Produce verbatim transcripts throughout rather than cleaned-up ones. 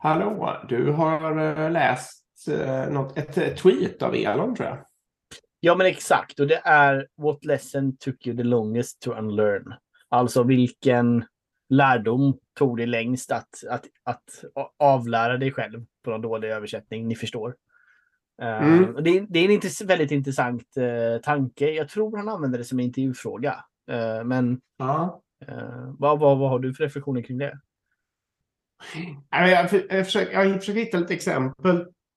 Hallå, du har läst något, ett tweet av Elon, tror jag. Ja, men exakt. Och det är What lesson took you the longest to unlearn? Alltså vilken lärdom tog det längst att, att, att avlära dig själv på en dålig översättning, ni förstår. Mm. Uh, det, det är en intress- väldigt intressant uh, tanke. Jag tror han använder det som en intervjufråga. Uh, men ja. uh, vad, vad, vad har du för reflektioner kring det? Jag, för, jag, försöker, jag försöker hitta ett exempel.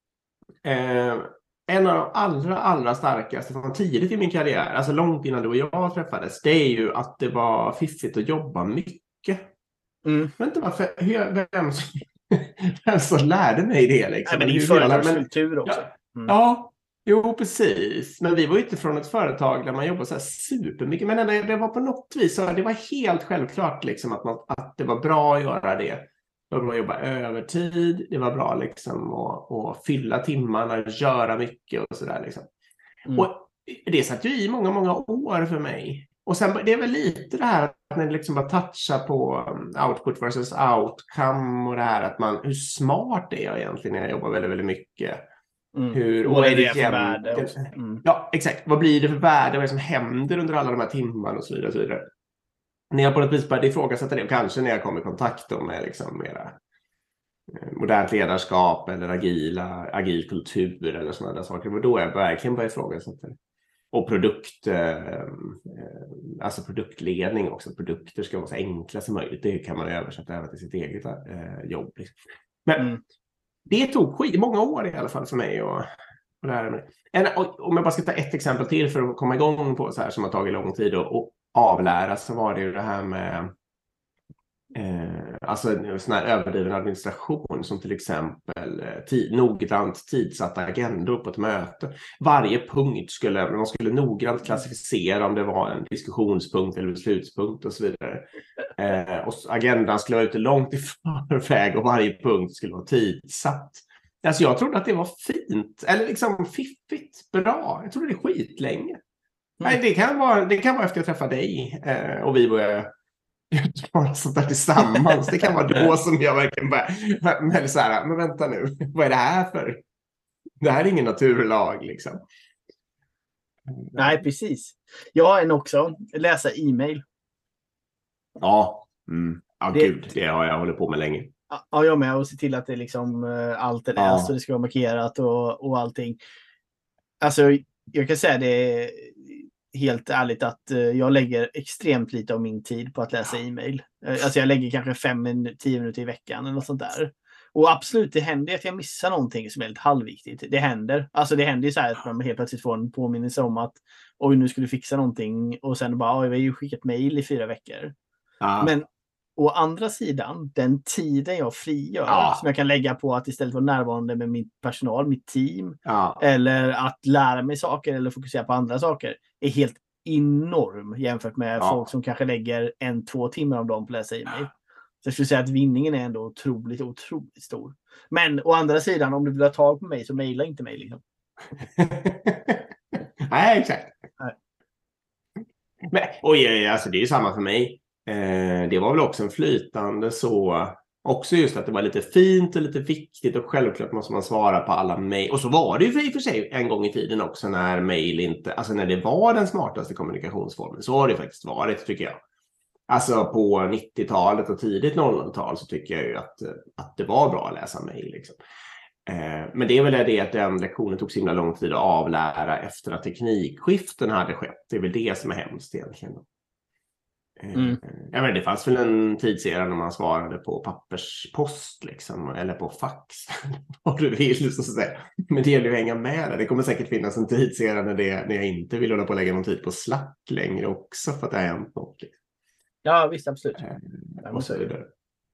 Uh, en av de allra, allra starkaste från tidigt i min karriär, alltså långt innan du och jag träffades, det är ju att det var fiffigt att jobba mycket. Mm. Jag vet inte varför, hur, vem, vem som lärde mig det. Liksom. Nej, men det är ju företagskultur också. Mm. Ja, jo precis. Men vi var ju inte från ett företag där man jobbar så här supermycket. Men det, det var på något vis, så det var helt självklart liksom, att, man, att det var bra att göra det. Det var bra att jobba övertid. Det var bra liksom, att, att fylla timmarna, göra mycket och sådär. Liksom. Mm. Och det satt ju i många, många år för mig. Och sen det är väl lite det här att man liksom bara touchar på output versus outcome och det här att man, hur smart det är jag egentligen när jag jobbar väldigt, väldigt mycket. Mm. Hur, vad är det för värde? Mm. Ja, exakt. Vad blir det för värde? Vad är det som händer under alla de här timmarna och så vidare. Och så vidare. När jag på något vis började ifrågasätta det, och kanske när jag kom i kontakt med liksom mera modernt ledarskap eller agila, agil kultur eller sådana där saker, och då jag verkligen började ifrågasätta det. Och produkt, eh, alltså produktledning också. Produkter ska vara så enkla som möjligt. Det kan man översätta även till sitt eget eh, jobb. Liksom. Men mm. det tog skit, många år i alla fall för mig att lära mig. En, om jag bara ska ta ett exempel till för att komma igång på så här som har tagit lång tid och, och avlära, så var det ju det här med Eh, alltså sån här överdriven administration som till exempel eh, tid, noggrant tidsatta agendor på ett möte. Varje punkt skulle man skulle noggrant klassificera om det var en diskussionspunkt eller beslutspunkt och så vidare. Eh, och agendan skulle vara ute långt i förväg och varje punkt skulle vara tidsatt. Alltså jag trodde att det var fint eller liksom fiffigt, bra. Jag trodde det skitlänge. Mm. Nej, det kan vara det kan vara efter jag träffade dig eh, och vi började utmana sånt där tillsammans. Det kan vara då som jag verkligen bara, men så här, men vänta nu, vad är det här för? Det här är ingen naturlag liksom. Nej, precis. Jag har en också, läsa e-mail. Ja, mm. ja det, gud, det har jag hållit på med länge. Ja, jag med, och se till att det liksom allt är läst ja. Och det ska vara markerat och, och allting. Alltså, jag kan säga det helt ärligt att jag lägger extremt lite av min tid på att läsa e-mail. Alltså jag lägger kanske fem tio minuter i veckan eller något sånt där. Och absolut, det händer att jag missar någonting som är lite halvviktigt. Det händer. Alltså det händer ju så här att man helt plötsligt får en påminnelse om att oj, nu skulle du fixa någonting och sen bara, oj, vi har ju skickat mail i fyra veckor. Ja. Men å andra sidan, den tiden jag frigör ja. Som jag kan lägga på att istället vara närvarande med min personal, mitt team ja. Eller att lära mig saker eller fokusera på andra saker är helt enorm jämfört med ja. Folk som kanske lägger en, två timmar om dagen på att läsa e-mail. Så jag skulle säga att vinningen är ändå otroligt, otroligt stor. Men å andra sidan, om du vill ha tag på mig så mejla inte mig liksom. Nej, exakt. Nej. Men, oj, alltså det är ju samma för mig. Eh, det var väl också en flytande så också just att det var lite fint och lite viktigt och självklart måste man svara på alla mejl. Och så var det ju för, för sig en gång i tiden också när mejl inte, alltså när det var den smartaste kommunikationsformen, så har det faktiskt varit tycker jag. Alltså på nittiotalet och tidigt noll noll-tal så tycker jag ju att, att det var bra att läsa mejl liksom. Eh, men det är väl det att den lektionen tog så himla lång tid att avlära efter att teknikskiften hade skett. Det är väl det som är hemskt egentligen. Mm. Jag menar, det fanns väl en tidsera när man svarade på papperspost liksom, eller på fax vad du vill så att säga. Men det gäller ju att hänga med där. Det kommer säkert finnas en tidsera när, det, när jag inte vill hålla på att lägga någon tid på Slack längre också för att det har hänt något liksom. Ja visst, absolut äh, och så vidare.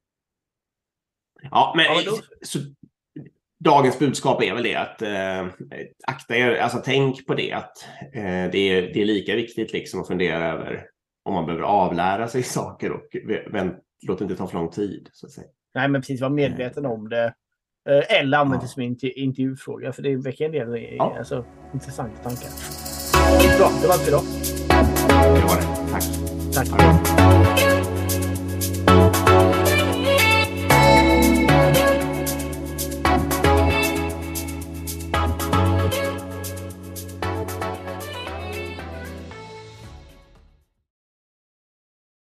Ja men ja, så, dagens budskap är väl det att äh, akta er, alltså tänk på det att äh, det, är, det är lika viktigt liksom att fundera över om man behöver avlära sig saker och vänt, låt inte ta för lång tid så att säga. Nej men precis, var medveten om det. Eller använd det ja. Som en intervjufråga för det väcker en del ja. Alltså, intressanta tankar. Bra, det var allt idag. Det var det, tack. Tack.